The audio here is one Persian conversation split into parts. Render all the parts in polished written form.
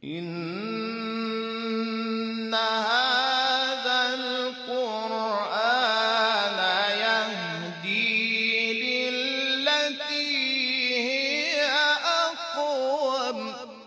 إن هذا القرآن يهدي للتي هي أقوم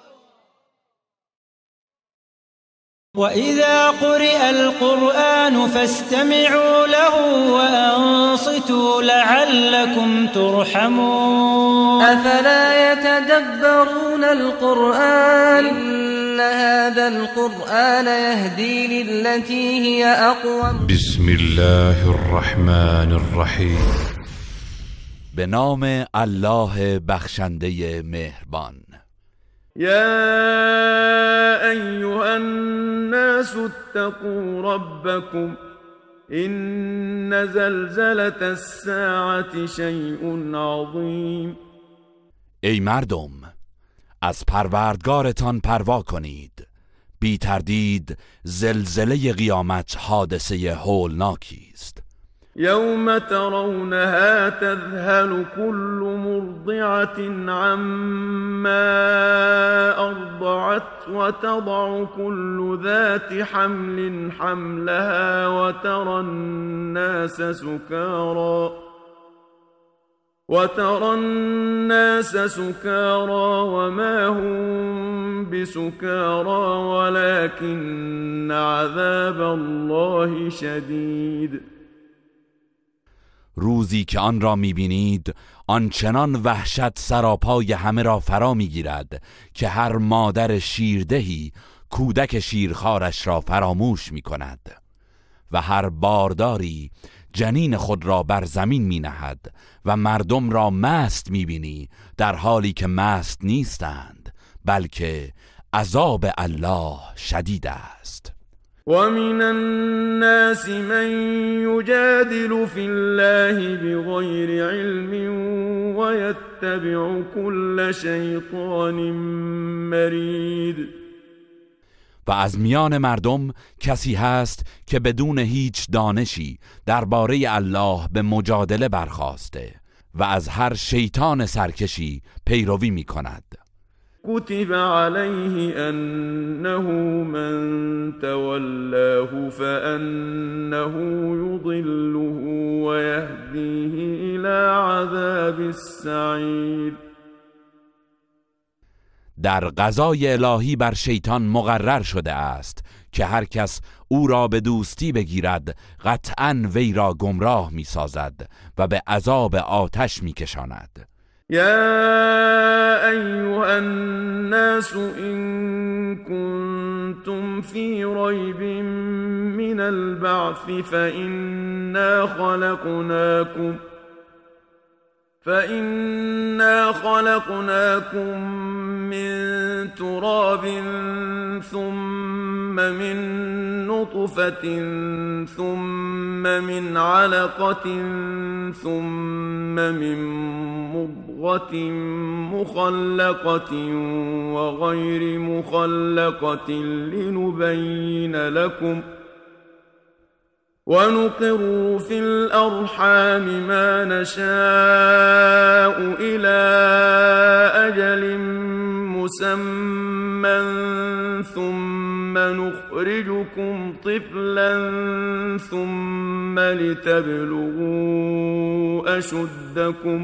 وإذا قرئ القرآن فاستمعوا له وأنصتوا لعلكم ترحمون أفلا يتدبرون القرآن إن هذا القرآن يهدي للتي هي أقوم بسم الله الرحمن الرحیم. به نام الله بخشنده مهربان. يا أيها الناس اتقوا ربكم إن زلزلة الساعة شيء عظيم. ای مردم، از پروردگارتان پروا کنید. بی تردید زلزله قیامت حادثه هولناکی است. يوم ترونها تذهل كل مرضعة عما أرضعت وتضع كل ذات حمل حملها وترى الناس سكارى وما هم بسكارى ولكن عذاب الله شدید. روزی که آن را می‌بینید آنچنان وحشت سراپای همه را فرا می‌گیرد که هر مادر شیردهی کودک شیرخوارش را فراموش می‌کند و هر بارداری جنین خود را بر زمین می‌نهد و مردم را مست می‌بینی در حالی که مست نیستند، بلکه عذاب الله شدید است. ومن الناس من يجادل في الله بغير علم ويتبع كل شيطان مرید. و از میان مردم کسی هست که بدون هیچ دانشی درباره الله به مجادله برخاسته و از هر شیطان سرکشی پیروی می کند. كتب عليه أنه من تولاه فأنه يضله ويهديه إلى عذاب السعير. در قضای الهی بر شیطان مقرر شده است که هر کس او را به دوستی بگیرد قطعاً وی را گمراه می سازد و به عذاب آتش می کشاند. يا أيها الناس إن كنتم في ريب من البعث فإنا خلقناكم من تراب ثم من نطفة ثم من علقة ثم من مضغة مخلقة وغير مخلقة لنبين لكم ونقر في الأرحام ما نشاء إلى أجل مسمى ثم نخرجكم طفلا ثم لتبلغوا أشدكم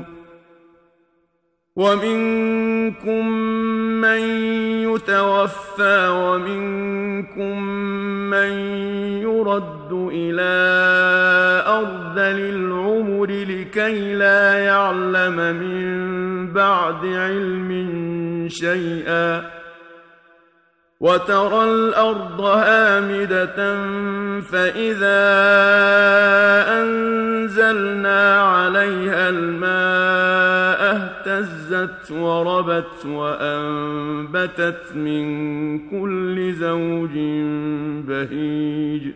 ومنكم من يتوفى ومنكم من يرد إلى أرذل العمر لكي لا يعلم من بعد علم شيئا وترى الأرض هامدة فإذا أنزلنا عليها الماء اهتزت وربت وأنبتت من كل زوج بهیج.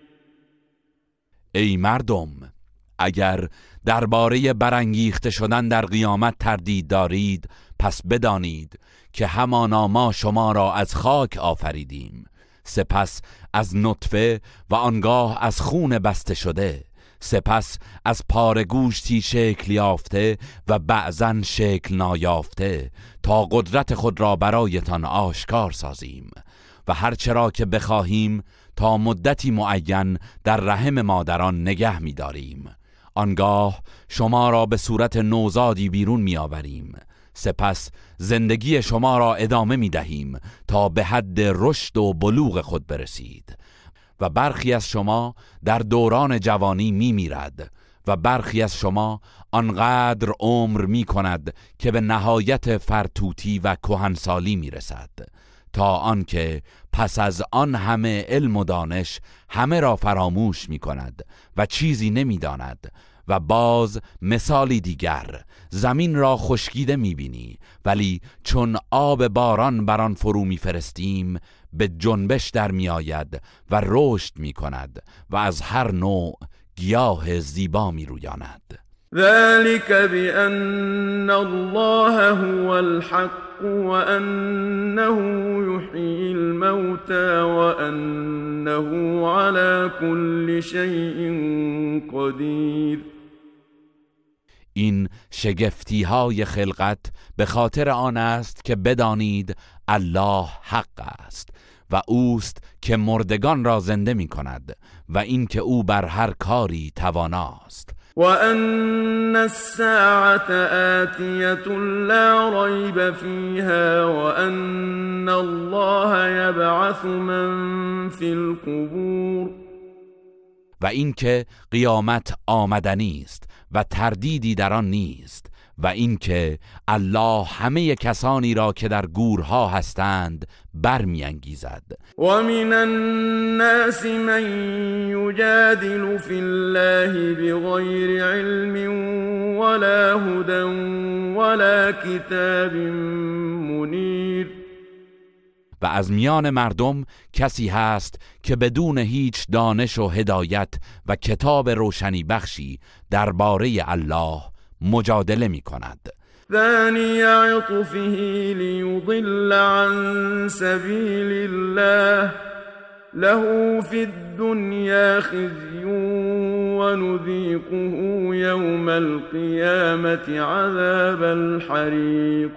ای مردم، اگر درباره برانگیخته شدن در قیامت تردید دارید، پس بدانید که همانا ما شما را از خاک آفریدیم، سپس از نطفه و آنگاه از خون بسته شده سپس از پاره گوشتی شکل یافته و بعضن شکل نایافته تا قدرت خود را برایتان آشکار سازیم و هرچرا که بخواهیم تا مدتی معین در رحم مادران نگه می داریم. آنگاه شما را به صورت نوزادی بیرون می آوریم. سپس زندگی شما را ادامه می دهیم تا به حد رشد و بلوغ خود برسید و برخی از شما در دوران جوانی می میرد و برخی از شما آنقدر عمر می کند که به نهایت فرتوتی و کهنسالی می رسد تا آنکه پس از آن همه علم و دانش همه را فراموش می کند و چیزی نمی داند و باز مثالی دیگر زمین را خشکیده می بینی ولی چون آب باران بر آن فرو می فرستیم به جنبش در می آید و رشد می کند و از هر نوع گیاه زیبا می رویاند. ذلك بأن الله هو الحق وأنه يحيي الموتى وأنه على كل شيء قدير. این شگفتی های خلقت به خاطر آن است که بدانید الله حق است و اوست که مردگان را زنده می کند و این که او بر هر کاری تواناست. وأن الساعة آتية لا ريب فيها وأن الله يبعث من في القبور. و اینکه قیامت آمدنی است و تردیدی در آن نیست و اینکه الله همه کسانی را که در گورها هستند برمی‌انگیزد. و من الناس من یجادل فی الله بغیر علم ولا هدى ولا کتاب منیر. و از میان مردم کسی هست که بدون هیچ دانش و هدایت و کتاب روشنی بخشی درباره الله مجادله می کند. ثانی عطفه لیضل عن سبیل الله له فی الدنیا خزی و نذیقه یوم القیامت عذاب الحریق.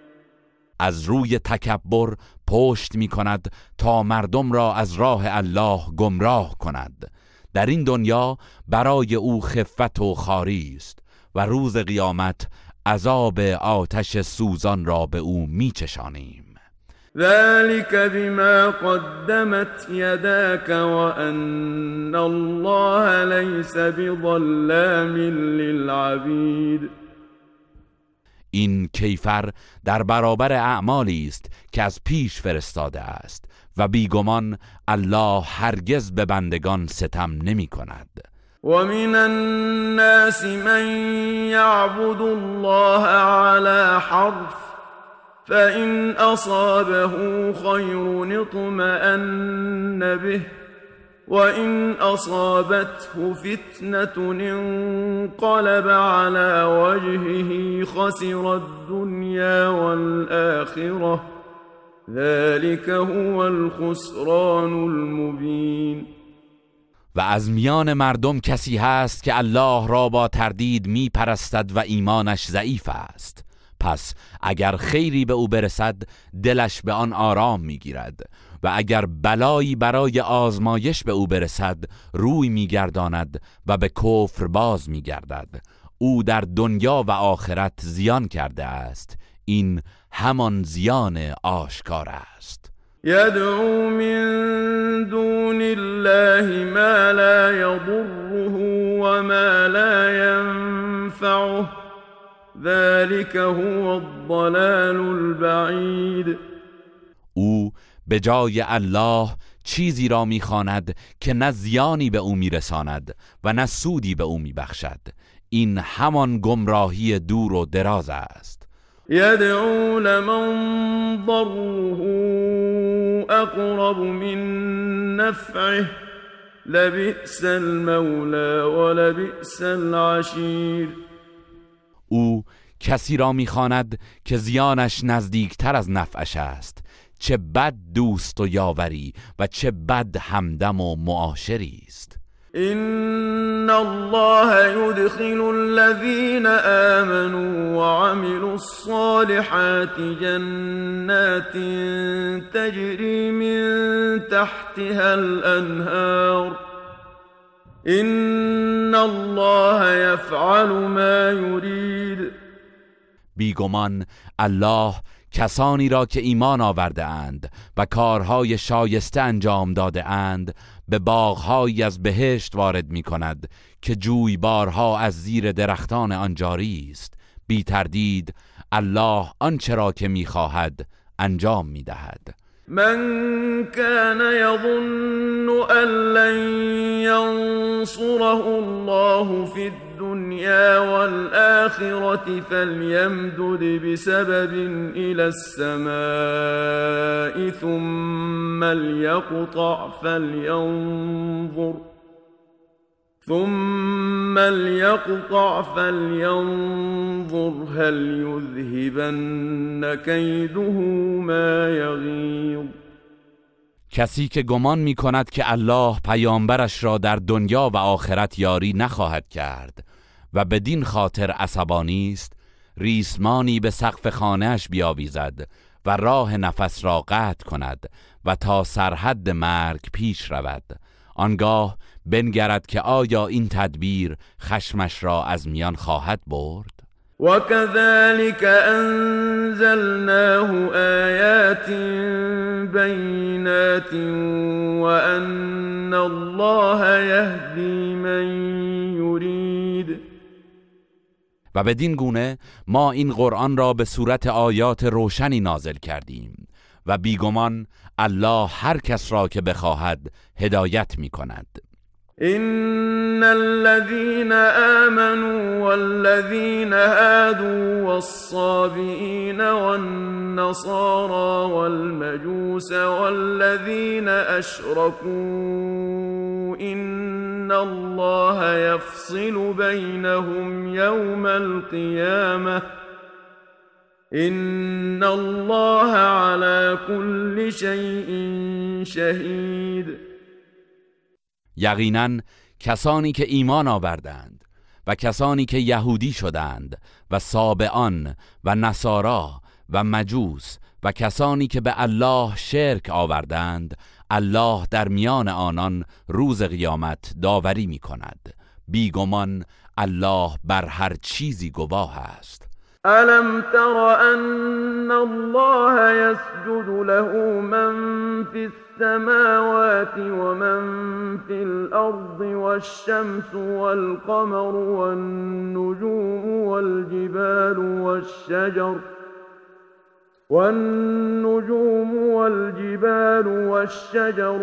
از روی تکبر پشت می کند تا مردم را از راه الله گمراه کند. در این دنیا برای او خفت و خواری است و روز قیامت عذاب آتش سوزان را به او می چشانیم. ذلك بما قدمت يداك وأن الله ليس بظلام للعبید. این کیفر در برابر اعمالی است که از پیش فرستاده است و بیگمان الله هرگز به بندگان ستم نمی کند. ومن الناس من يعبد الله على حرف فإن أصابه خير اطمأن به وإن أصابته فتنة انقلب على وجهه خسر الدنيا والآخرة ذلك هو الخسران المبين. و از میان مردم کسی هست که الله را با تردید می پرستد و ایمانش ضعیف است. پس اگر خیری به او برسد دلش به آن آرام می گیرد و اگر بلایی برای آزمایش به او برسد روی می گرداند و به کفر باز می گردد. او در دنیا و آخرت زیان کرده است. این همان زیان آشکار است. يدعو من دون الله ما لا يضره وما لا ينفعه ذلك هو الضلال البعید. او به جای الله چیزی را می‌خواند که نه زیانی به او میرساند و نه سودی به او میبخشد. این همان گمراهی دور و دراز است. يدعو لمن ضره اقرب من نفعه لبئس المولى ولبئس العشیر. او کسی را می‌خواند که زیانش نزدیکتر از نفعش است. چه بد دوست و یاوری و چه بد همدم و معاشری است. إن الله يدخل الذين آمنوا وعملوا الصالحات جنات تجري من تحتها الأنهار إن الله يفعل ما يريد. بیگمان الله کسانی را که ایمان آورده اند و کارهای شایسته انجام داده اند به باغ‌هایی از بهشت وارد می کند که جویبارها از زیر درختان آن جاری است. بی تردید الله آنچه را که می خواهد انجام می دهد. من كان يظن أن لن ينصره الله في الدنيا والآخرة فليمدد بسبب إلى السماء ثم ليقطع فلينظر هل يذهبن كيده ما يغيظ. کسی که گمان می کند که الله پیامبرش را در دنیا و آخرت یاری نخواهد کرد و بدین خاطر عصبانی است، ریسمانی به سقف خانه‌اش بیاویزد و راه نفس را قطع کند و تا سرحد مرگ پیش رود. آنگاه بنگرد که آیا این تدبیر خشمش را از میان خواهد برد. وكذلك أنزلناه آيات بينات وأن الله يهدي من يريد. و بدین گونه ما این قرآن را به صورت آیات روشنی نازل کردیم و بیگمان الله هر کس را که بخواهد هدایت می کند. إن الذين آمنوا والذين هادوا والصابئين والنصارى والمجوس والذين أشركوا إن الله يفصل بينهم يوم القيامة إن الله على كل شيء شهيد. یقینا کسانی که ایمان آوردند و کسانی که یهودی شدند و سابئان و نصارا و مجوس و کسانی که به الله شرک آوردند، الله در میان آنان روز قیامت داوری می کند. بیگمان الله بر هر چیزی گواه است. ألم تر أن الله يسجد له من في السماوات ومن في الأرض والشمس والقمر والنجوم والجبال والشجر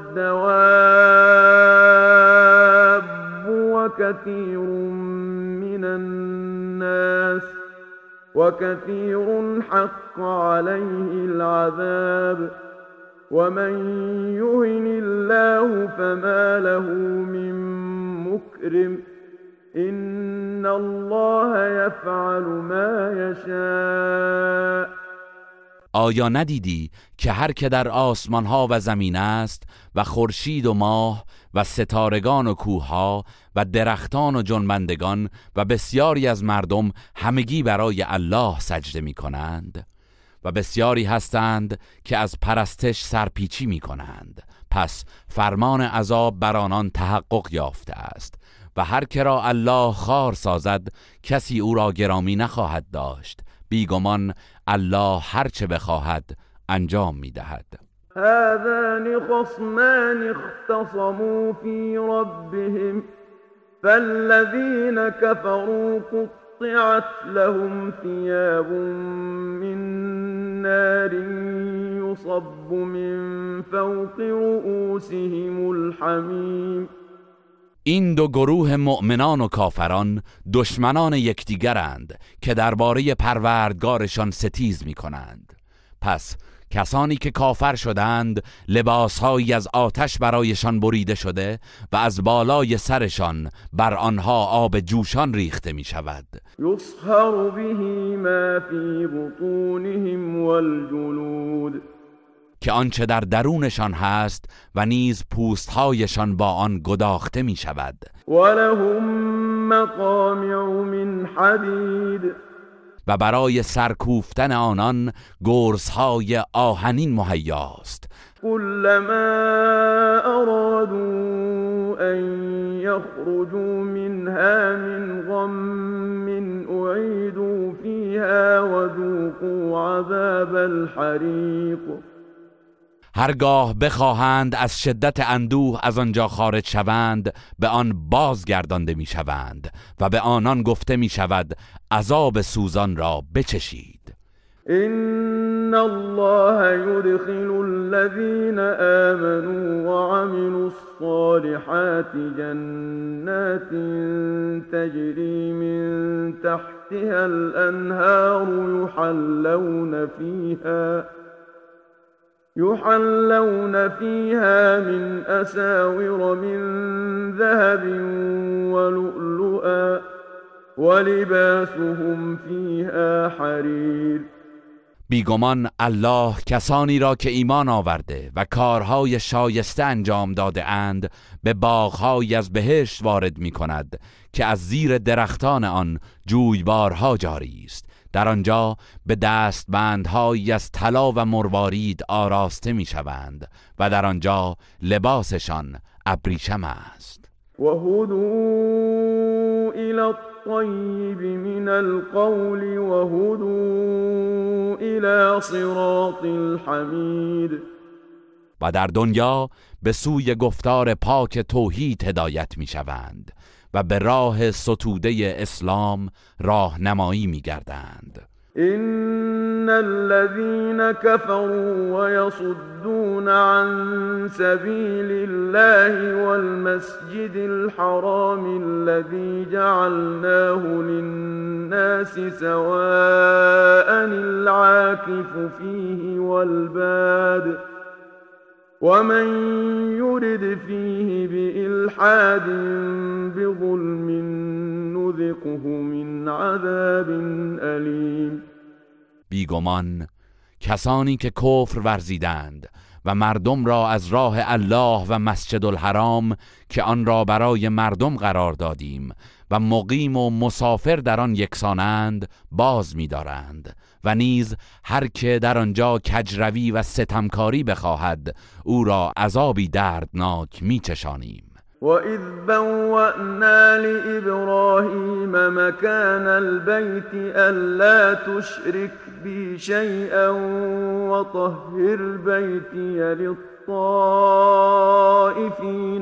والدواب وكثير من الناس وكثير حق عليه العذاب ومن يهن الله فما له من مكرم إن الله يفعل ما يشاء. آیا ندیدی که هر که در آسمان ها و زمین است و خورشید و ماه و ستارگان و کوهها و درختان و جنبندگان و بسیاری از مردم همگی برای الله سجده می کنند و بسیاری هستند که از پرستش سرپیچی می کنند، پس فرمان عذاب بر آنان تحقق یافته است و هر که را الله خوار سازد کسی او را گرامی نخواهد داشت. بیگمان الله هر چه بخواهد انجام می دهد. هذان خصمان اختصموا في ربهم فالذين كفروا قطعت لهم ثياب من نار يصب من فوق رؤوسهم الحميم. این دو گروه مؤمنان و کافران دشمنان یکدیگرند که درباره پروردگارشان ستیز می کنند. پس کسانی که کافر شدند لباسهایی از آتش برایشان بریده شده و از بالای سرشان بر آنها آب جوشان ریخته می شود. یصهر به ما فی بطونهم والجلود. که آنچه در درونشان هست و نیز پوستهایشان با آن گداخته می شود. ولهم مقامع من حدید و برای سرکوفتن آنان گرزهای آهنین مهیاست. كلما أرادوا أن يخرجوا منها من غم أعيدوا فيها وذوقوا عذاب الحريق. هرگاه بخواهند از شدت اندوه از آنجا خارج شوند به آن بازگردانده می شوند و به آنان گفته می شود عذاب سوزان را بچشید. إن الله يدخل الذين آمنوا وعملوا الصالحات جنات تجري من تحتها الأنهار يحلون فيها من أساور من ذهب ولؤلؤا ولباسهم فيها حرير. بیگمان الله کسانی را که ایمان آورده و کارهای شایسته انجام داده اند به باغ‌های از بهشت وارد می کند که از زیر درختان آن جویبارها جاری است. در آنجا به دستبندهایی از طلا و مروارید آراسته می شوند و در آنجا لباسشان ابریشم است. و هدوا الی الطیب من القول و هدوا الی صراط الحمید. و در دنیا به سوی گفتار پاک توحید هدایت می شوند و به راه ستوده اسلام راهنمایی می‌گردند. إن الذين كفروا ويصدون عن سبيل الله والمسجد الحرام الذي جعلناه للناس سواء العاكف فيه والباد ومن يرد فيه بإلحاد بظلم نذقه من عذاب أليم. بیگمان کسانی که کفر ورزیدند و مردم را از راه الله و مسجد الحرام که آن را برای مردم قرار دادیم و مقیم و مسافر در آن یکسانند باز می‌دارند و نیز هر که در آنجا کجروی و ستمکاری بخواهد او را عذابی دردناک می‌چشانیم. وَإِذْ بَوَّأْنَا لِإِبْرَاهِيمَ مَكَانَ الْبَيْتِ أَلَّا تُشْرِكْ بِي شَيْئًا وَطَهِّرْ بَيْتِيَ لِلطَّائِفِينَ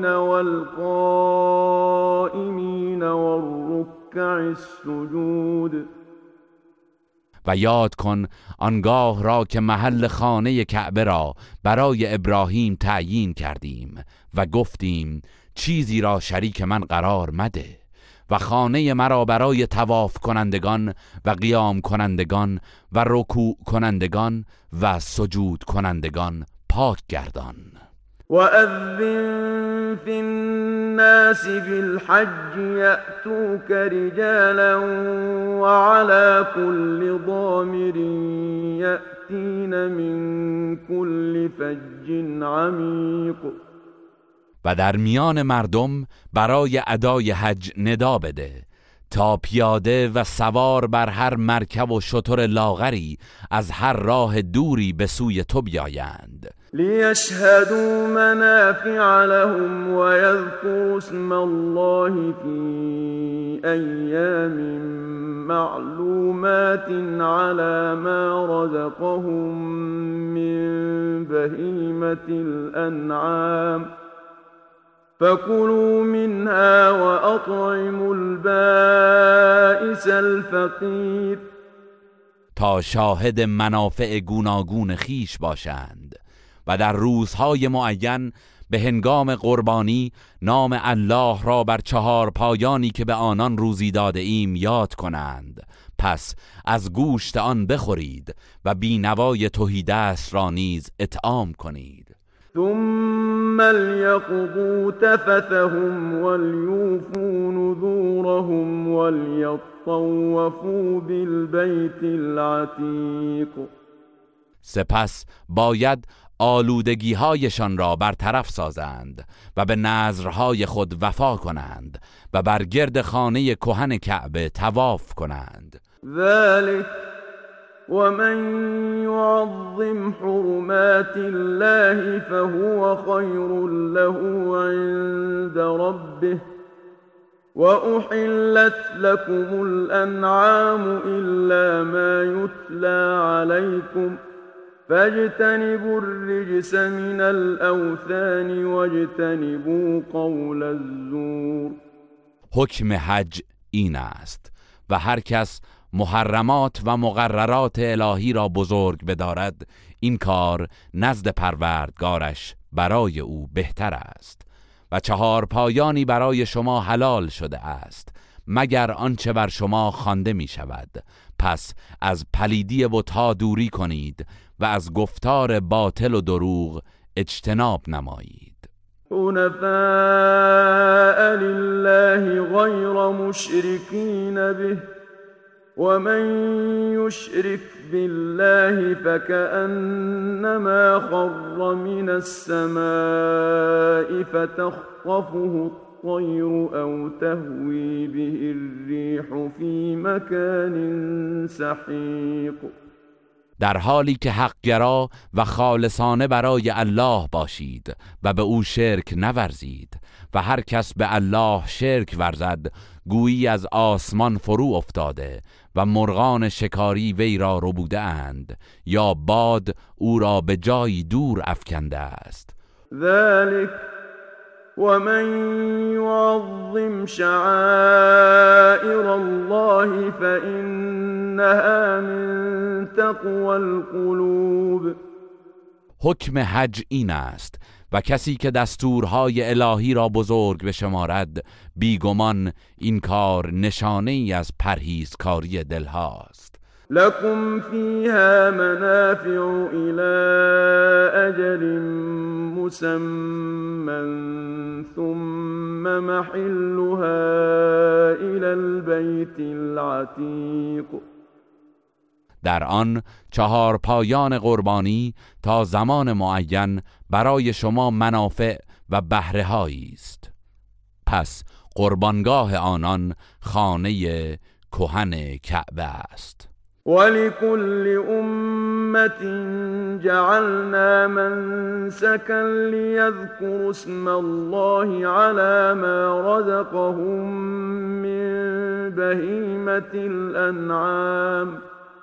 وَالْقَائِمِينَ وَالرُّكَّعِ السُّجُودِ. و یاد کن آنگاه را که محل خانه کعبه را برای ابراهیم تعیین کردیم و گفتیم چیزی را شریک من قرار مده و خانه مرا برای طواف کنندگان و قیام کنندگان و رکوع کنندگان و سجود کنندگان پاک گردان. وَأَذِّن فِي النَّاسِ بِالْحَجِّ يَأْتُوكَ رِجَالًا وَعَلَى كُلِّ ضَامِرٍ يَأْتِينَ مِنْ كُلِّ فَجٍّ عَمِيقٍ. و در میان مردم برای ادای حج ندا بده تا پیاده و سوار بر هر مرکب و شتر لاغری از هر راه دوری به سوی تو بیایند. لِيَشْهَدُوا مَنَافِعَ لَهُمْ وَيَذْكُرُوا اسْمَ اللَّهِ فِي أَيَّامٍ مَّعْلُومَاتٍ عَلَى مَا رَزَقَهُم مِّن بَهِيمَةِ الْأَنْعَامِ فَكُلُوا مِنْهَا وَأَطْعِمُوا الْبَائِسَ الْفَقِيرَ. تا شاهد منافع گوناگون خیش باشند و در روزهای معین به هنگام قربانی نام الله را بر 4 پایانی که به آنان روزی داده ایم یاد کنند. پس از گوشت آن بخورید و بینوای تهیدست را نیز اطعام کنید. ثم ليقضوا تفثهم وليوفوا نذورهم وليطوفوا بالبيت العتيق. سپس باید آلودگی‌هایشان را برطرف سازند و به نذرهای خود وفا کنند و بر گرد خانه کهن کعبه طواف کنند. ذلك ومن يعظم حرمات الله فهو خير له عند ربه وأحلت لكم الأنعام إلا ما يتلى عليكم فاجتنبوا الرجس من الأوثان واجتنبوا قول الزور. حکم حج این است و هر کس محرمات و مقررات الهی را بزرگ بدارد این کار نزد پروردگارش برای او بهتر است و 4 پایانی برای شما حلال شده است مگر آنچه بر شما خوانده می شود. پس از پلیدی بت‌ها دوری کنید و از گفتار باطل و دروغ اجتناب نمایید. حنفاء لله غير مشركين به ومن يشرك بالله فكأنما خر من السماء فتخطفه الطير أو تهوي به الريح في مكان سحيق. در حالی که حق‌گرا و خالصانه برای الله باشید و به او شرک نورزید و هر کس به الله شرک ورزد گویی از آسمان فرو افتاده و مرغان شکاری وی را ربوده اند یا باد او را به جایی دور افکنده است. ذلك ومن يعظم شعائر الله فإنها من تقوى القلوب. حکم حج این است و کسی که دستورهای الهی را بزرگ بشمارد بیگمان این کار نشانه ای از پرهیزکاری دلهاست. لكم فيها منافع إلى أجل مسمى ثم محلها إلى البيت العتيق. در آن 4 پایان قربانی تا زمان معین برای شما منافع و بهره‌هایی است. پس قربانگاه آنان خانه کهن کعبه است. ولكل أمة جعلنا منسكا ليذكروا اسم الله على ما رزقهم من بهيمة الأنعام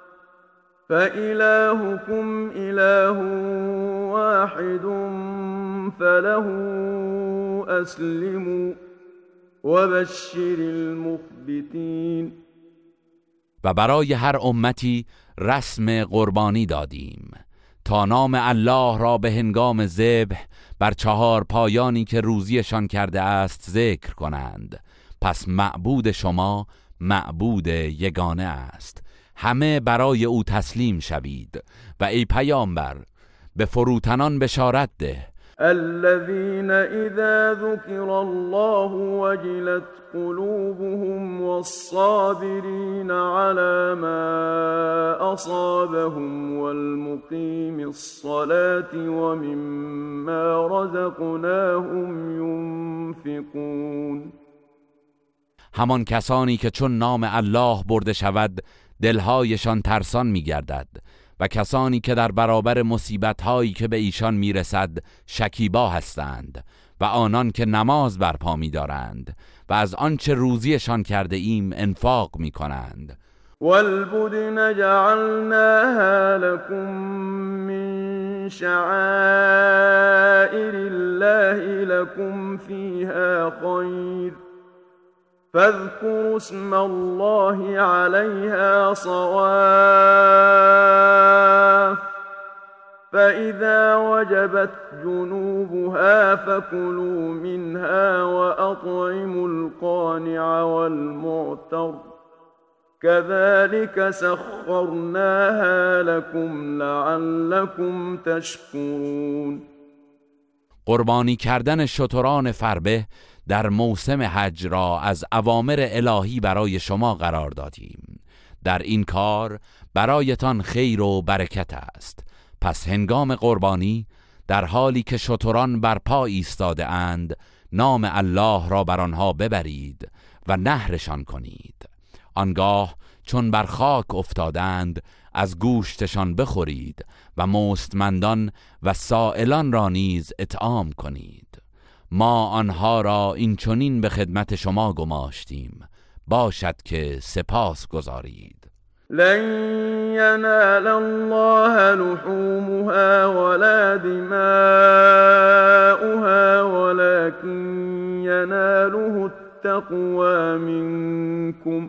فإلهكم إله واحد فله أسلموا وبشر المخبتين. و برای هر امتی رسم قربانی دادیم تا نام الله را به هنگام ذبح بر 4 پایانی که روزیشان کرده است ذکر کنند. پس معبود شما معبود یگانه است، همه برای او تسلیم شوید و ای پیامبر به فروتنان بشارت ده. الذين إذا ذكر الله وجلت قلوبهم والصابرين على ما أصابهم والمقيم الصلاة ومما رزقناهم ينفقون. همان کسانی که چون نام الله برده شود دلهایشان ترسان می گردد و کسانی که در برابر مصیبت‌هایی که به ایشان میرسد شکیبا هستند و آنان که نماز برپا می‌دارند و از آنچه روزیشان کرده ایم انفاق می‌کنند. والبدن جعلناها لكم من شعائر الله لكم فيها خير فاذكروا اسم الله عليها صواف فإذا وجبت جنوبها فكلوا منها وأطعموا القانع والمعتر كذلك سخرناها لكم لعلكم تشكرون. قربانی کردن شتران فربه در موسم حج را از اوامر الهی برای شما قرار دادیم. در این کار برایتان خیر و برکت است. پس هنگام قربانی در حالی که شتران بر پا ایستاده اند نام الله را بر آنها ببرید و نحرشان کنید. آنگاه چون بر خاک افتادند از گوشتشان بخورید و مستمندان و سائلان را نیز اطعام کنید. ما آنها را این چنین به خدمت شما گماشتیم، باشد که سپاس گذارید. لن ينال الله لحومها ولا دماؤها ولكن يناله التقوى منكم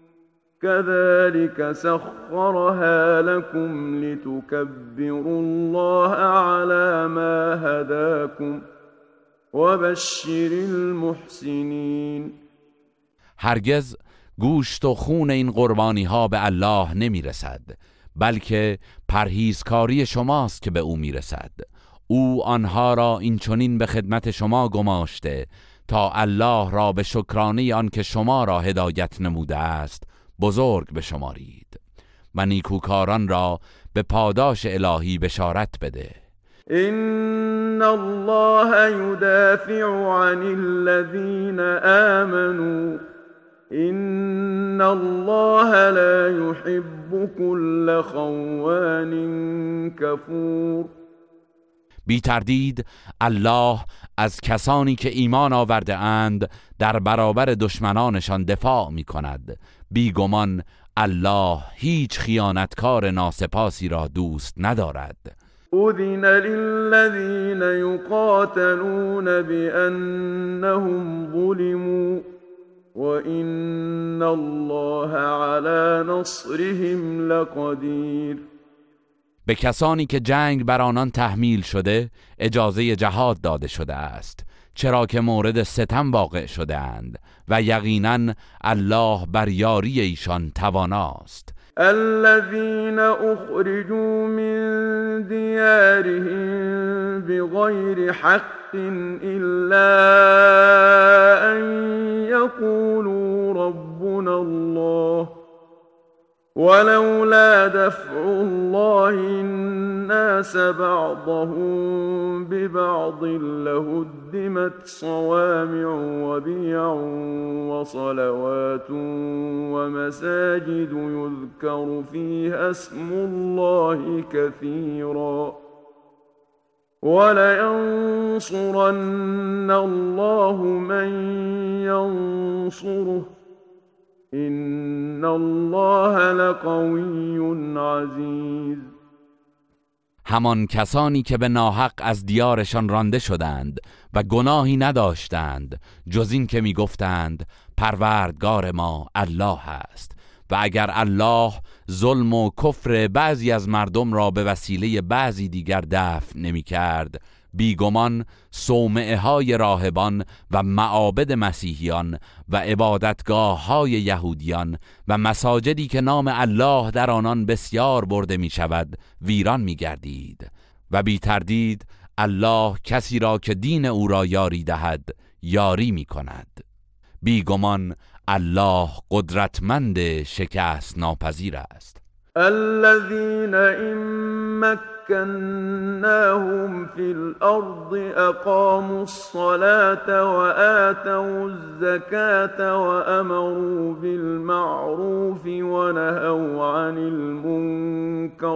كذلك سخرها لكم لتكبروا الله على ما هداكم وبشر المحسنين. هرگز گوشت و خون این قربانی ها به الله نمی رسد، بلکه پرهیزکاری شماست که به او می رسد. او آنها را این چنین به خدمت شما گماشته تا الله را به شکرانه آن که شما را هدایت نموده است بزرگ بشمارید و نیکوکاران را به پاداش الهی بشارت بده. إن الله يدافع عن الذين آمنوا إن الله لا يحب كل خوان كفور. بی تردید الله از کسانی که ایمان آورده اند در برابر دشمنانشان دفاع می کند. بیگمان الله هیچ خیانتکار ناسپاسی را دوست ندارد. أذن للذين يقاتلون بأنهم ظلموا وإن الله على نصرهم لقدیر. به کسانی که جنگ بر آنان تحمیل شده اجازه جهاد داده شده است، چرا که مورد ستم واقع شده اند و یقینا الله بر یاری ایشان تواناست. الذين أخرجوا من ديارهم بغير حق إلا أن يقولوا ربنا الله ولولا دفع الله الناس بعضهم ببعض لهدمت صوامع وبيع وصلوات ومساجد يذكر فيها اسم الله كثيرا ولينصرن الله من ينصره إن الله لقوی عزیز. همان کسانی که به ناحق از دیارشان رانده شدند و گناهی نداشتند جز این که می گفتند پروردگار ما الله است و اگر الله ظلم و کفر بعضی از مردم را به وسیله بعضی دیگر دفع نمی کرد، بیگمان صومعه های راهبان و معابد مسیحیان و عبادتگاه های یهودیان و مساجدی که نام الله در آنان بسیار برده می شود ویران می گردید و بی تردید الله کسی را که دین او را یاری دهد یاری می کند. بیگمان الله قدرتمند شکست ناپذیر است. الذين إن مكناهم في الأرض أقاموا الصلاة وآتوا الزكاة وأمروا بالمعروف ونهوا عن المنكر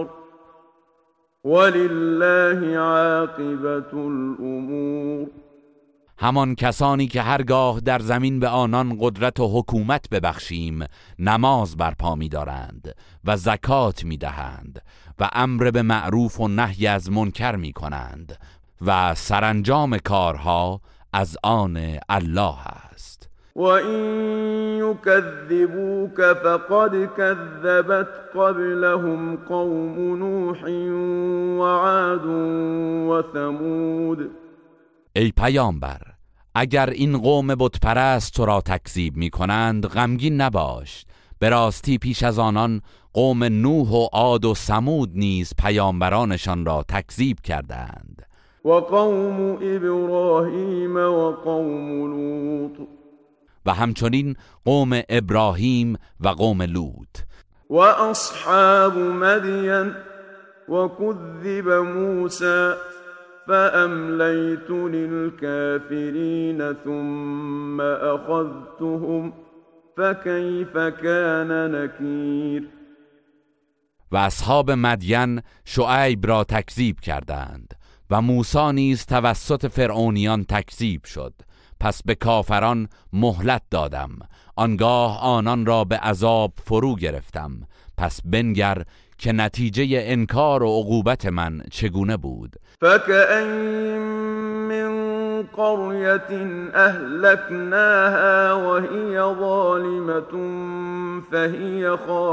ولله عاقبة الأمور. همان کسانی که هرگاه در زمین به آنان قدرت و حکومت ببخشیم نماز برپا می دارند و زکات می دهند و امر به معروف و نهی از منکر می کنند و سرانجام کارها از آن الله است. و این یکذبوک فقد کذبت قبلهم قوم نوح و عاد و ثمود. ای پیامبر، اگر این قوم بت پرست تو را تکذیب می کنند غمگین نباش، به راستی پیش از آنان قوم نوح و عاد و ثمود نیز پیامبرانشان را تکذیب کردند. و قوم ابراهیم و قوم لوط، و همچنین قوم ابراهیم و قوم لوط. و اصحاب مدین و کذب موسی فأمليت للكافرين ثم أخذتهم فكيف كان نكیر. و اصحاب مدین شعیب را تکذیب کردند و موسی نیز توسط فرعونیان تکذیب شد. پس به کافران مهلت دادم، آنگاه آنان را به عذاب فرو گرفتم. پس بنگر که نتیجه انکار و عقوبت من چگونه بود. فكأين من قرية أهلكناها وهي ظالمة فهي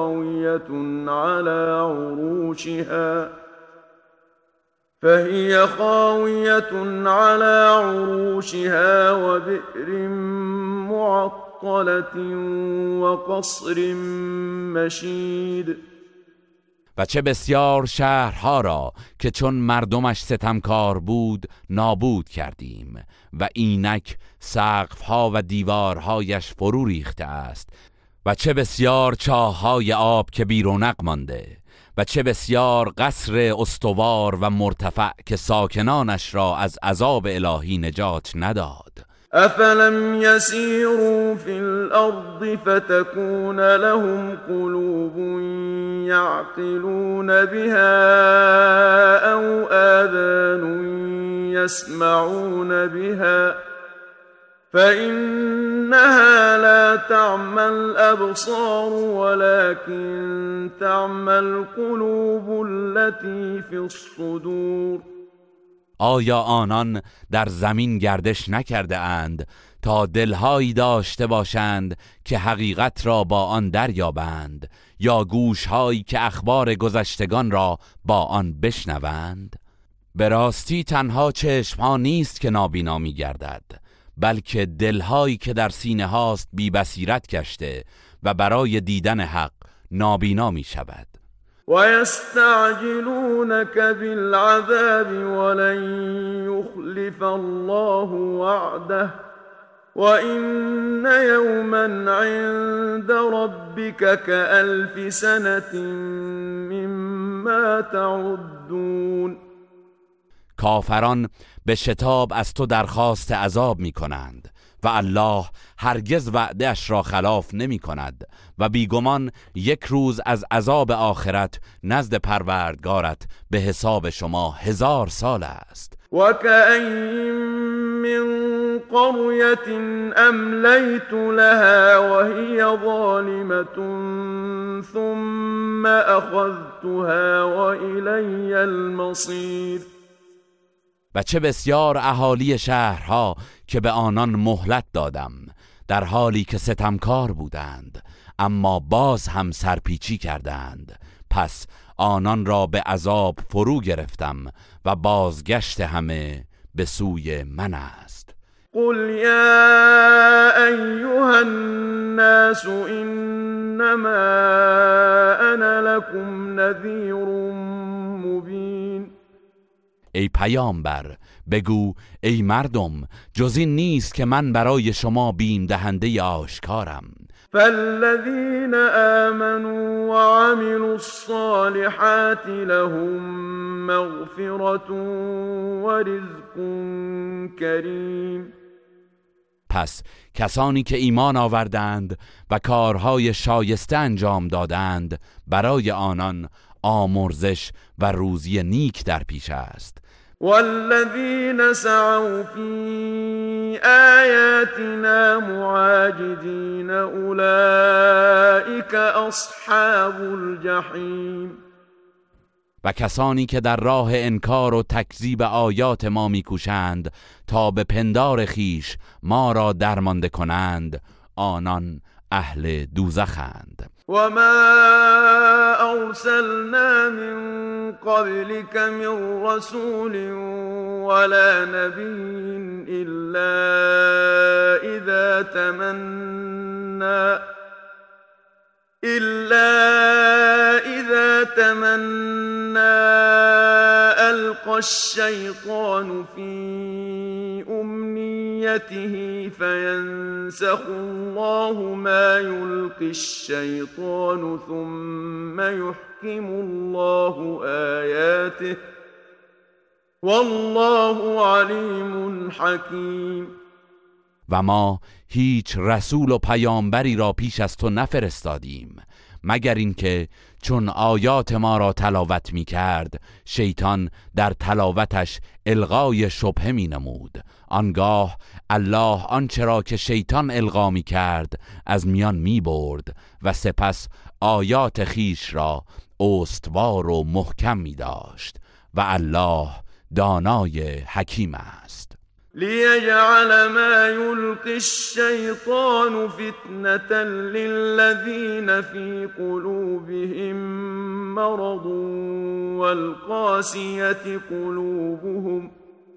خاوية على عروشها وبئر معطلة وقصر مشيد. و چه بسیار شهرها را که چون مردمش ستمکار بود نابود کردیم و اینک سقفها و دیوارهایش فرو ریخته است و چه بسیار چاههای آب که بی رونق مانده و چه بسیار قصر استوار و مرتفع که ساکنانش را از عذاب الهی نجات نداد. أفلم يسيروا في الأرض فتكون لهم قلوب يعقلون بها أو آذان يسمعون بها فإنها لا تعمى الأبصار ولكن تعمى القلوب التي في الصدور. آیا آنان در زمین گردش نکرده اند تا دلهایی داشته باشند که حقیقت را با آن دریابند، یا گوشهایی که اخبار گذشتگان را با آن بشنوند؟ به راستی تنها چشمها نیست که نابینا می گردد، بلکه دلهایی که در سینه هاست بی بصیرت گشته و برای دیدن حق نابینا می شود. وَيَسْتَعْجِلُونَكَ بِالْعَذَابِ وَلَنْ يُخْلِفَ اللَّهُ وَعْدَهُ وَإِنَّ يَوْمًا عِندَ رَبِّكَ كَأَلْفِ سَنَةٍ مِّمَّا تَعُدُّونَ. کافران به شتاب از تو درخواست عذاب می کنند و الله هرگز وعده‌اش را خلاف نمی کند و بیگمان یک روز از عذاب آخرت نزد پروردگارت به حساب شما 1000 سال است. وَكَأَيِّن مِّن قَرْيَةٍ أَمْلَيْتُ لَهَا وَهِيَ ظَالِمَةٌ ثُمَّ أَخَذْتُهَا وَإِلَيَّ الْمَصِيرُ. و چه بسیار اهالی شهرها که به آنان مهلت دادم در حالی که ستمکار بودند، اما باز هم سرپیچی کردند. پس آنان را به عذاب فرو گرفتم و بازگشت همه به سوی من است. قل یا ایها الناس انما انا لكم نذیر مبین. ای پیامبر بگو ای مردم، جز این نیست که من برای شما بیم دهنده آشکارم. فالذین آمنوا وعملوا الصالحات لهم مغفرة ورزق کریم. پس کسانی که ایمان آوردند و کارهای شایسته انجام دادند، برای آنان آمرزش و روزی نیک در پیش است. والذین سعوا فی آیاتنا معاجزین اولئک اصحاب الجحیم. و کسانی که در راه انکار و تکذیب آیات ما میکوشند تا به پندار خیش ما را درمانده کنند، آنان اهل دوزخند. وما أرسلنا من قبلك من رسول ولا نبي إلا إذا تمنى ألقى الشيطان في أمنيته فينسخ الله ما يلقي الشيطان ثم يحكم الله آياته والله علیم حکیم. و ما هیچ رسول و پیامبری را پیش از تو نفرستادیم مگر اینکه چون آیات ما را تلاوت می کرد شیطان در تلاوتش الغای شبهه می نمود. آنگاه الله آنچه را که شیطان الغا می کرد از میان می برد و سپس آیات خیش را استوار و محکم می داشت و الله دانای حکیم است. لیجعل ما یلقی الشیطان فتنة للذین فی قلوبهم مرض والقاسیة قلوبهم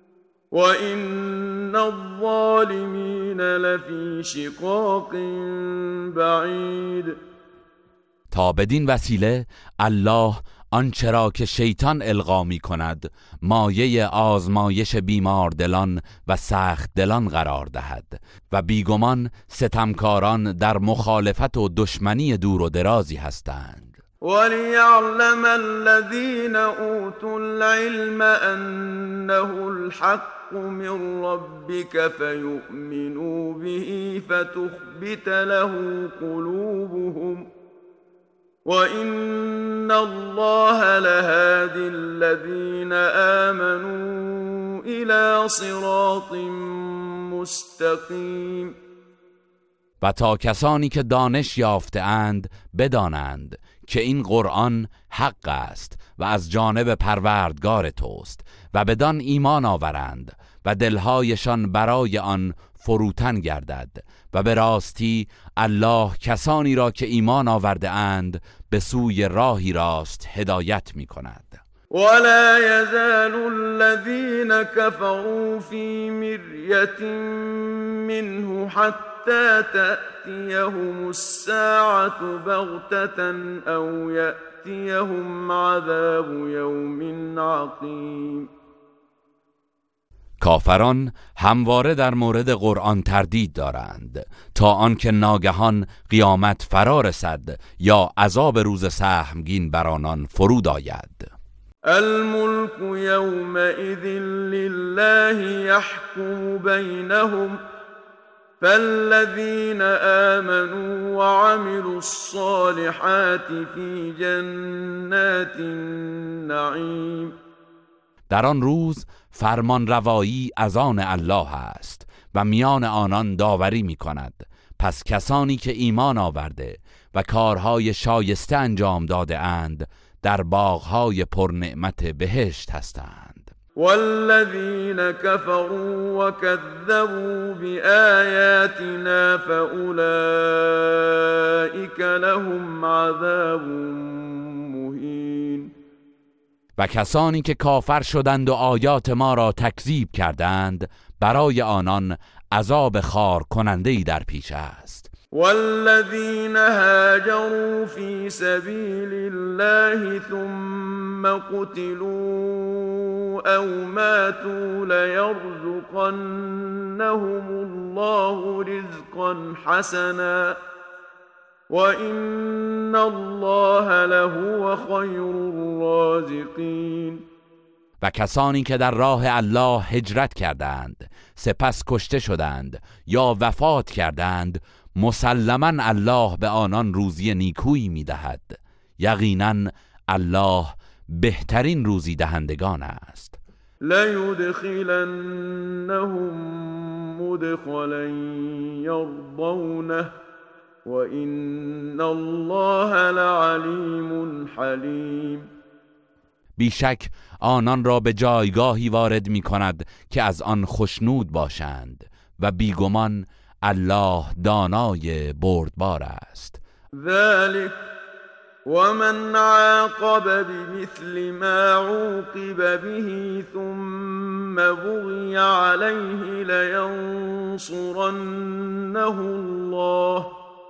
وإن الظالمین لفی شقاق بعید. تا بدین وسیله الله آنچه را که شیطان القا می کند مایه آزمایش بیمار دلان و سخت دلان قرار دهد و بیگمان ستمکاران در مخالفت و دشمنی دور و درازی هستند. وَلِيَعْلَمَ الَّذِينَ أُوتُوا الْعِلْمَ أَنَّهُ الْحَقُّ مِنْ رَبِّكَ فَيُؤْمِنُوا بِهِ فَتُخْبِتَ لَهُ قُلُوبُهُمْ وَإِنَّ اللَّهَ لَهَادِي الَّذِينَ آمَنُوا إِلَى صِرَاطٍ مُسْتَقِيمٍ. و تا کسانی که دانش یافته اند بدانند که این قرآن حق است و از جانب پروردگار توست و بدان ایمان آورند و دلهایشان برای آن فروتن گردد و به راستی الله کسانی را که ایمان آورده اند به سوی راهی راست هدایت می کند. ولا يزال الذين كفروا في مرية منه حتى تأتيهم الساعة بغتة أو يأتيهم عذاب يوم عقيم. کافران همواره در مورد قرآن تردید دارند تا آنکه ناگهان قیامت فرا رسد یا عذاب روز سهمگین بر آنان فرود آید. الملك يومئذ لله يحكم بينهم فالذين آمنوا وعملوا الصالحات في جنات النعيم. در آن روز فرمان روایی از آن الله است و میان آنان داوری می کند. پس کسانی که ایمان آورده و کارهای شایسته انجام داده اند در باغهای پرنعمت بهشت هستند. والذین کفروا وکذبوا بآیاتنا فأولئک لهم عذاب مهین. و کسانی که کافر شدند و آیات ما را تکذیب کردند برای آنان عذاب خار کننده‌ای در پیش است. والذین هاجروا فی سبیل الله ثم قتلوا او ماتوا لیرزقنهم الله رزقا حسنا وَإِنَّ اللَّهَ لَهُوَ خَيْرُ الرَّازِقِينَ. و کسانی که در راه الله هجرت کردند سپس کشته شدند یا وفات کردند مسلماً الله به آنان روزی نیکویی می‌دهد. یقیناً الله بهترین روزی دهندگان است. لَيُدْخِلَنَّهُمْ مُدْخَلًا يَرْضَوْنَهُ وَإِنَّ اللَّهَ لَعَلِيمٌ حَلِيمٌ. بیشک آنان را به جایگاهی وارد می کند که از آن خوشنود باشند و بیگمان الله دانای بردبار است. ذلك ومن عاقب بمثل ما عوقب به ثم بغي عليه لينصرنه الله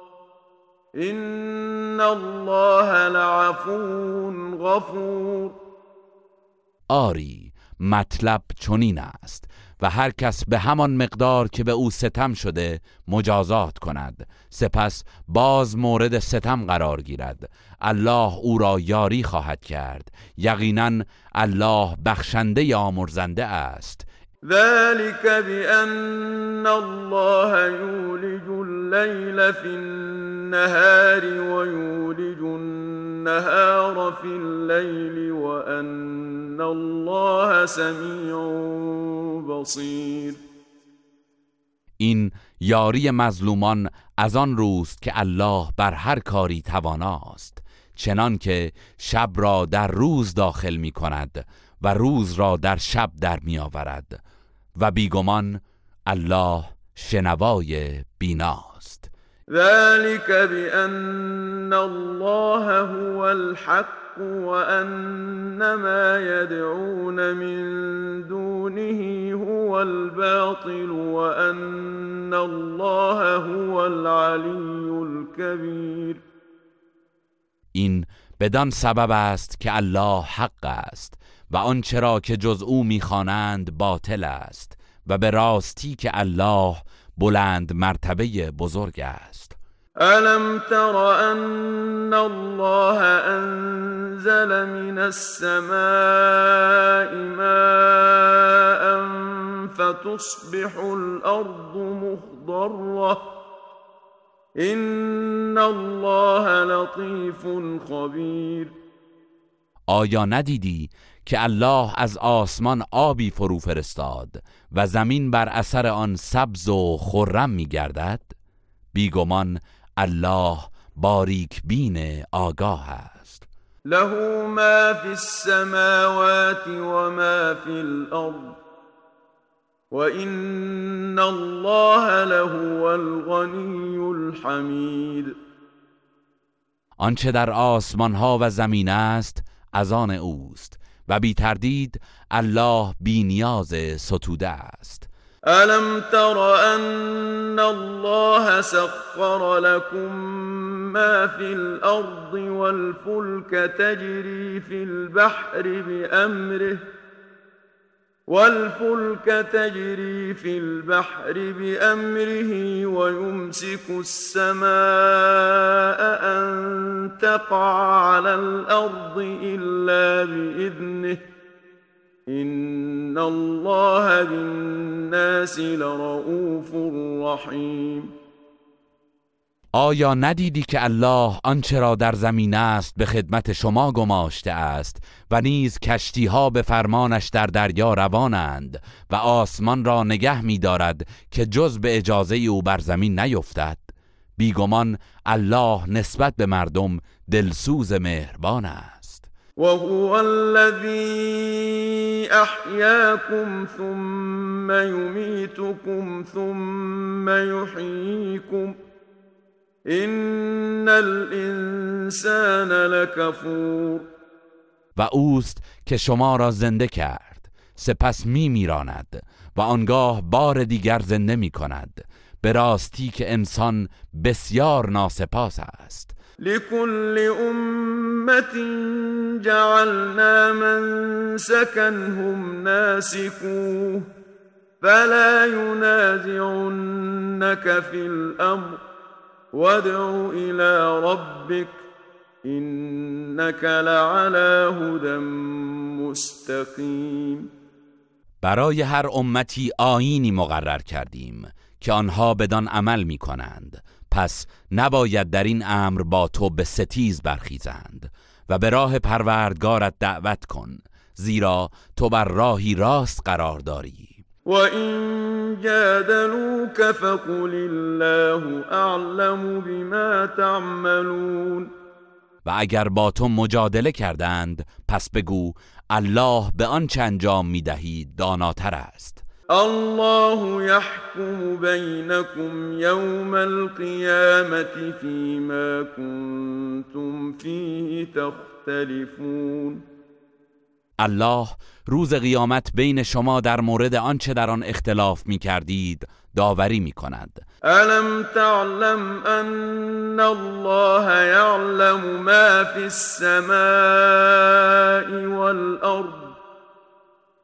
إن الله لعفو غفور. آری مطلب چنین است و هر کس به همان مقدار که به او ستم شده مجازات کند، سپس باز مورد ستم قرار گیرد، الله او را یاری خواهد کرد. یقینا الله بخشنده آمرزنده است. ذلك بأن الله يولج الليل في النهار ويولج النهار في الليل وأن الله سميع بصير. این یاری مظلومان از آن روست که الله بر هر کاری تواناست، چنان که شب را در روز داخل می کند و روز را در شب در می آورد و بیگمان الله شنوای بیناست. ذلك بأن الله هو الحق وأن ما يدعون من دونه هو الباطل وأن الله هو العلي الكبير. این بدان سبب است که الله حق است و آنچه را که جز او می‌خوانند باطل است و به راستی که الله بلند مرتبه بزرگ است. ألم تر أن الله أنزل من السماء ماء فتصبح الأرض مخضرة إن الله لطيف خبير. آیا ندیدی که الله از آسمان آبی فرو فرستاد و زمین بر اثر آن سبز و خرم می گردد؟ بیگمان الله باریک بین آگاه است. له ما في السماوات وما في الأرض وإن الله لهو الغني الحمید. آنچه در آسمان ها و زمین است از آن اوست و بی تردید الله بی نیاز ستوده است. ألم تر أن الله سخر لكم ما في الأرض والفلك تجري في البحر بأمره ويمسك السماء أن تقع على الأرض إلا بإذنه إن الله بالناس لرؤوف رحیم. آیا ندیدی که الله آنچه را در زمین است به خدمت شما گماشته است و نیز کشتی‌ها به فرمانش در دریا روانند و آسمان را نگه می‌دارد که جز به اجازه او بر زمین نیفتد؟ بیگمان الله نسبت به مردم دلسوز مهربان است. وهو الذي أحياكم ثم يميتكم ثم يحييكم إن الإنسان لكفور. و اوست که شما را زنده کرد سپس میراند و آنگاه بار دیگر زنده می کند. به راستی که انسان بسیار ناسپاس است. لكل أمة جعلنا منسكا هم ناسكوه فلا ينازعنك في الأمر وادع إلى ربك إنك لعلى هدى مستقیم. برای هر امتی آیینی مقرر کردیم که آنها بدان عمل می کنند، پس نباید در این امر با تو به ستیز برخیزند و به راه پروردگارت دعوت کن، زیرا تو بر راهی راست قرار داری. وَإِن جَادَلُوكَ فَقُلِ اللَّهُ أَعْلَمُ بِمَا تَعْمَلُونَ. و اگر با تو مجادله کردند پس بگو الله به آنچه انجام می‌دهید داناتر است. الله يحكم بينكم يوم القيامة فيما كنتم فيه تختلفون. الله روز قیامت بین شما در مورد آنچه در آن اختلاف می کردید داوری می کند. ألم تعلم أن الله يعلم ما في السماء والأرض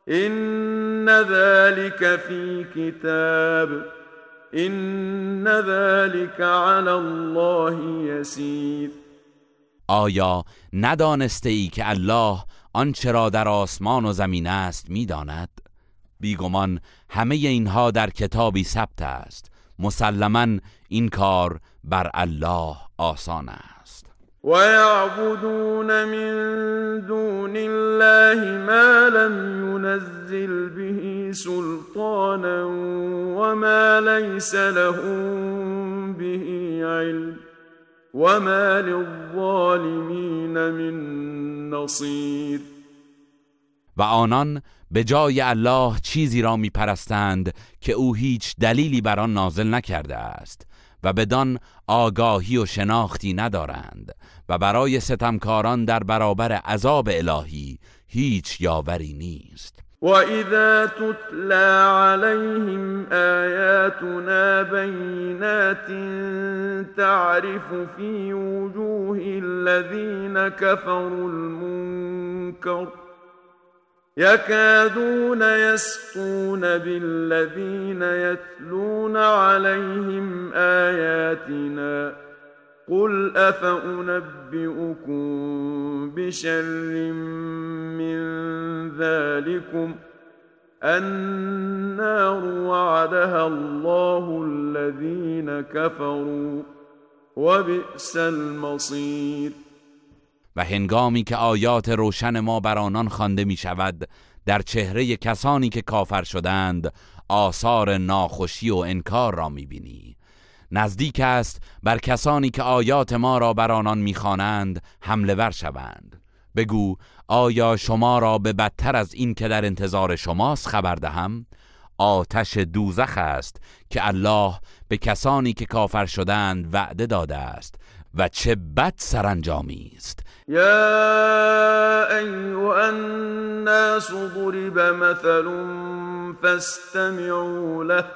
إن ذلك في كتاب إن ذلك على الله يسير. آیا ندانسته ای که الله آنچه را در آسمان و زمین است می‌داند؟ بیگمان همه اینها در کتابی ثبت است. مسلماً این کار بر الله آسان است. وَيَعْبُدُونَ مِن دُونِ اللَّهِ مَا لَمْ يُنَزِّلْ بِهِ سُلْطَانًا وَمَا لَيْسَ لَهُم بِهِ عِلْمٌ وَمَا لِلظَّالِمِينَ مِن نَّصِيرٍ. و آنان به جای الله چیزی را می‌پرستند که او هیچ دلیلی بر آن نازل نکرده است و بدان آگاهی و شناختی ندارند و برای ستمکاران در برابر عذاب الهی هیچ یاوری نیست. وَإِذَا تُتْلَى عَلَيْهِمْ آيَاتُنَا بَيِّنَاتٍ تَعْرِفُ فِي وُجُوهِ الَّذِينَ كَفَرُوا الْمُنكَرَ يَكَادُونَ يَسْطُونَ بِالَّذِينَ يَتْلُونَ عَلَيْهِمْ آيَاتِنَا قُلْ أَفَأُنَبِّئُكُم بِشَرٍّ مِّن ذَلِكُمْ النَّارُ وَعَدَهَا اللَّهُ الَّذِينَ كَفَرُوا وَبِئْسَ الْمَصِيرُ. و هنگامی که آیات روشن ما بر آنان خوانده می شود، در چهره کسانی که کافر شدند آثار ناخوشی و انکار را می بینی. نزدیک است بر کسانی که آیات ما را بر آنان می خوانند حمله ور شوند. بگو آیا شما را به بدتر از این که در انتظار شماست خبر دهم؟ آتش دوزخ است که الله به کسانی که کافر شدند وعده داده است و چه بد سرانجامی است. يا أيها الناس ضرب مثل فاستمعوا له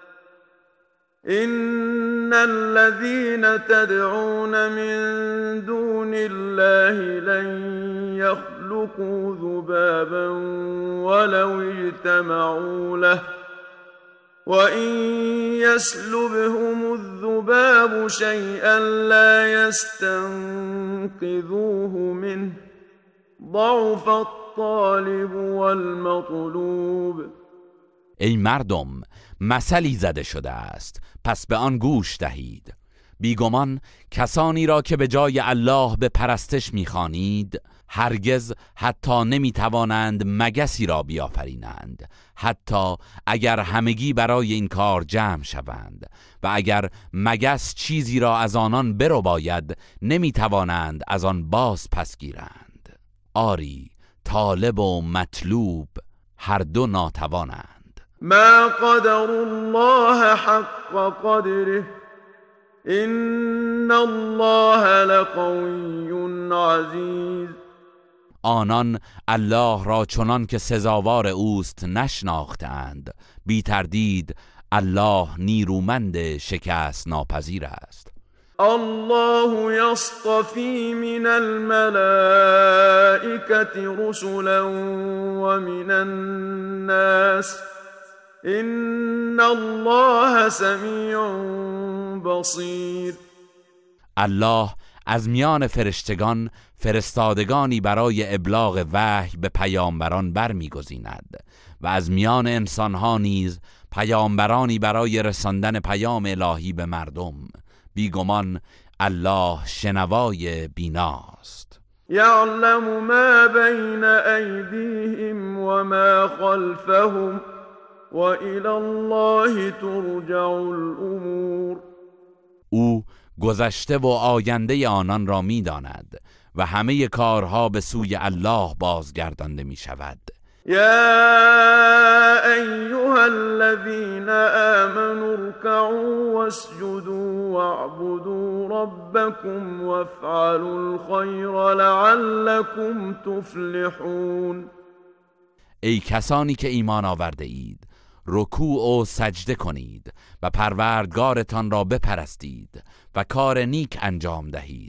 إن الذين تدعون من دون الله لن يخلقوا ذبابا ولو اجتمعوا له وَإِن يَسْلُبْهُمُ الذُّبَابُ شَيْئًا لَّا يَسْتَنقِذُوهُ مِنْهُ ضَعُفَ الطَّالِبُ وَالْمَطْلُوبُ. ای مردم، مثلی زده شده است، پس به آن گوش دهید. بیگمان کسانی را که به جای الله به پرستش می‌خوانید هرگز حتی نمی‌توانند مگسی را بیافرینند، حتی اگر همگی برای این کار جمع شوند، و اگر مگس چیزی را از آنان برباید نمی‌توانند از آن باز پس گیرند. آری، طالب و مطلوب هر دو ناتوانند. ما قدر الله حق قدره إن الله لقوی عزیز. آنان الله را چنان که سزاوار اوست نشناختند. بی تردید الله نیرومند شکست ناپذیر است. الله يصطفي من الملائكة رسلا ومن الناس إن الله سمیع بصیر. الله از میان فرشتگان فرستادگانی برای ابلاغ وحی به پیامبران برمیگزیند و از میان انسانها نیز پیامبرانی برای رساندن پیام الهی به مردم. بیگمان الله شنوای بیناست. یعلم ما بین ایدیهم و ما خلفهم و الی الله ترجع الامور. او گذشته و آینده آنان را می‌داند و همه کارها به سوی الله بازگردانده می شود. یا ایها الذین آمنوا ارکعوا واسجدوا واعبدوا ربکم وافعلوا الخیر لعلکم تفلحون. ای کسانی که ایمان آورده اید، رکوع و سجده کنید و پروردگارتان را بپرستید و کار نیک انجام دهید،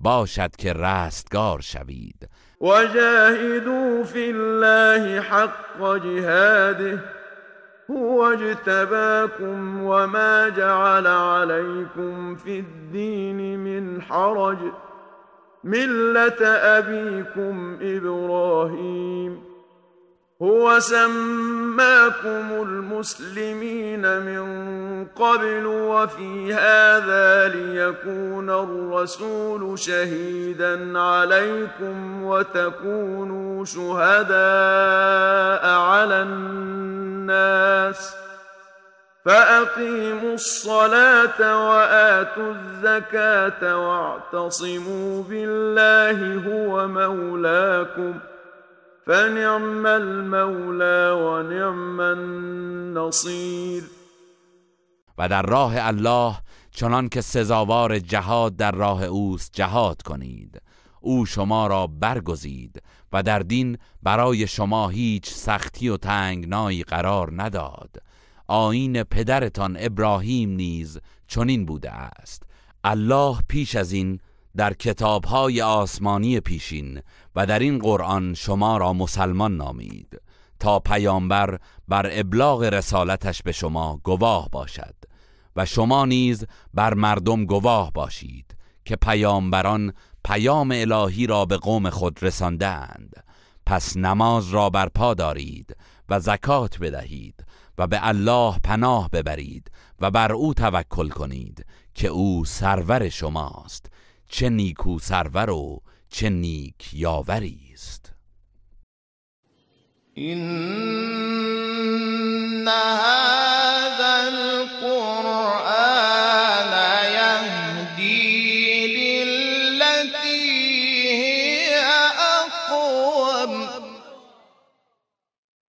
باشد که رستگار شوید. وجاهدوا في الله حق جهاده هو اجتباكم وما جعل عليكم في الدين من حرج ملة أبيكم إبراهيم هو سماكم المسلمين من قبل وفي هذا ليكون الرسول شهيدا عليكم وتكونوا شهداء على الناس فأقيموا الصلاة وآتوا الزكاة واعتصموا بالله هو مولاكم فنعم المولى و نعم النصیر. و در راه الله چنان که سزاوار جهاد در راه اوست جهاد کنید. او شما را برگزید و در دین برای شما هیچ سختی و تنگنایی قرار نداد. آیین پدرتان ابراهیم نیز چنین بوده است. الله پیش از این در کتاب‌های آسمانی پیشین و در این قرآن شما را مسلمان نامید تا پیامبر بر ابلاغ رسالتش به شما گواه باشد و شما نیز بر مردم گواه باشید که پیامبران پیام الهی را به قوم خود رساندند. پس نماز را برپا دارید و زکات بدهید و به الله پناه ببرید و بر او توکل کنید که او سرور شماست. چه نیکو سرور و چه نیک یاوری است. إن